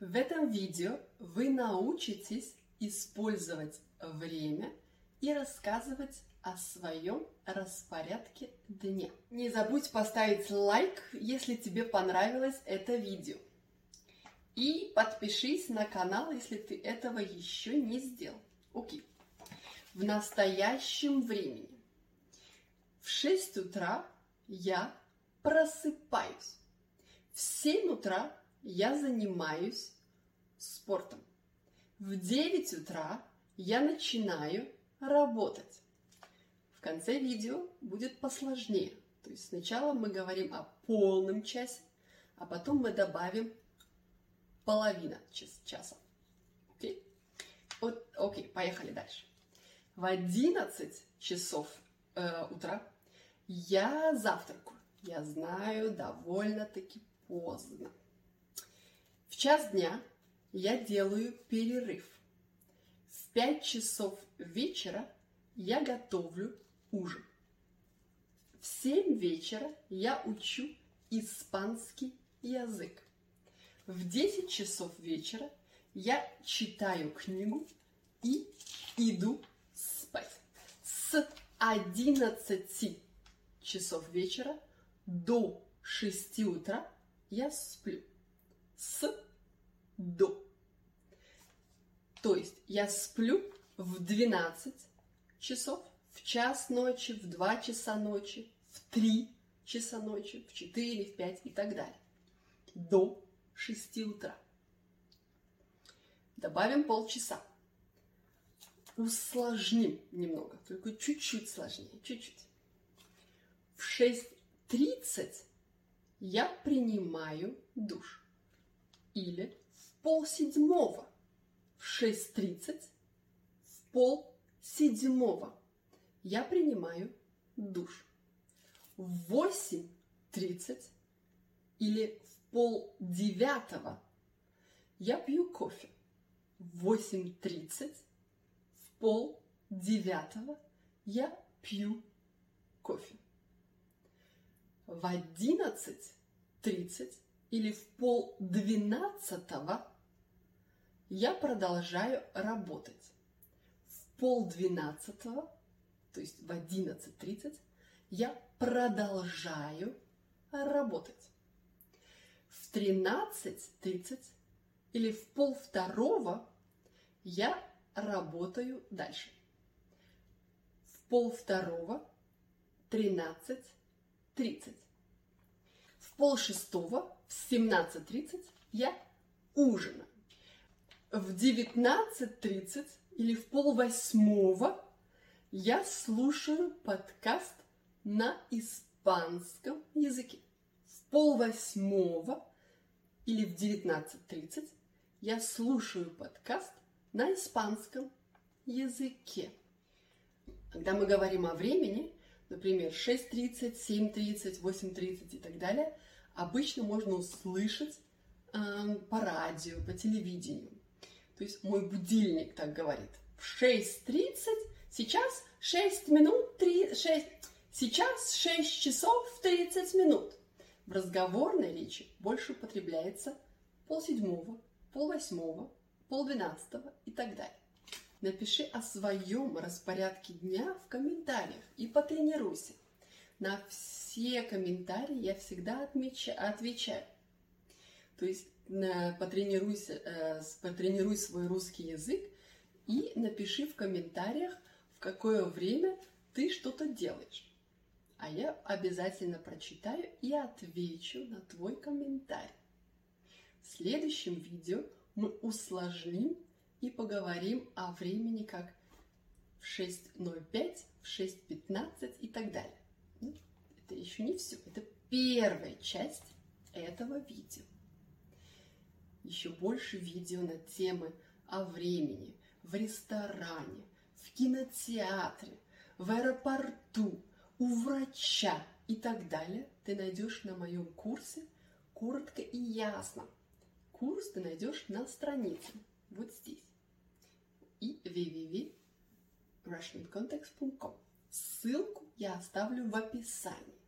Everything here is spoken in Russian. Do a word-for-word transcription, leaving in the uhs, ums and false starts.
В этом видео вы научитесь использовать время и рассказывать о своем распорядке дня. Не забудь поставить лайк, если тебе понравилось это видео. И подпишись на канал, если ты этого еще не сделал. Окей. В настоящем времени. В шесть утра я просыпаюсь. В семь утра я занимаюсь спортом. В девять утра я начинаю работать. В конце видео будет посложнее. То есть сначала мы говорим о полном часе, а потом мы добавим половина часа. Окей? Вот, окей, поехали дальше. В одиннадцать часов э, утра я завтракаю. Я знаю, довольно-таки поздно. В час дня я делаю перерыв. В пять часов вечера я готовлю ужин. В семь вечера я учу испанский язык. В десять часов вечера я читаю книгу и иду спать. С одиннадцати часов вечера до шести утра я сплю. С до. То есть я сплю в двенадцать часов, в час ночи, в два часа ночи, в три часа ночи, в четыре, в пять и так далее. До шести утра. Добавим полчаса. Усложним немного, только чуть-чуть сложнее, чуть-чуть. В шесть тридцать я принимаю душ. Или в полседьмого. В шесть тридцать, в полседьмого я принимаю душ. В восемь тридцать или в полдевятого я пью кофе. В восемь тридцать, в полдевятого я пью кофе. В одиннадцать тридцать или в полдвенадцатого я продолжаю работать. В полдвенадцатого, то есть в одиннадцать тридцать, я продолжаю работать. В тринадцать тридцать или в полвторого я работаю дальше. В полвторого тринадцать тридцать. В полшестого, в семнадцать тридцать я ужинаю. В девятнадцать тридцать или в полвосьмого я слушаю подкаст на испанском языке. В полвосьмого или в девятнадцать тридцать я слушаю подкаст на испанском языке. Когда мы говорим о времени, например, шесть тридцать, семь тридцать, восемь тридцать и так далее, обычно можно услышать э, по радио, по телевидению. То есть мой будильник так говорит. В шесть тридцать, сейчас шесть минут, три, шесть, сейчас шесть часов тридцать минут. В разговорной речи больше употребляется полседьмого, полвосьмого, полдвенадцатого и так далее. Напиши о своем распорядке дня в комментариях и потренируйся. На все комментарии я всегда отмечаю, отвечаю. То есть потренируйся, потренируй свой русский язык и напиши в комментариях, в какое время ты что-то делаешь. А я обязательно прочитаю и отвечу на твой комментарий. В следующем видео мы усложним и поговорим о времени как в шесть ноль пять, в шесть пятнадцать и так далее. Ну, это еще не все. Это первая часть этого видео. Еще больше видео на темы о времени в ресторане, в кинотеатре, в аэропорту, у врача и так далее ты найдешь на моем курсе «Коротко и ясно». Курс ты найдешь на странице, вот здесь. И дабл ю дабл ю дабл ю точка russian context точка com. Ссылку я оставлю в описании.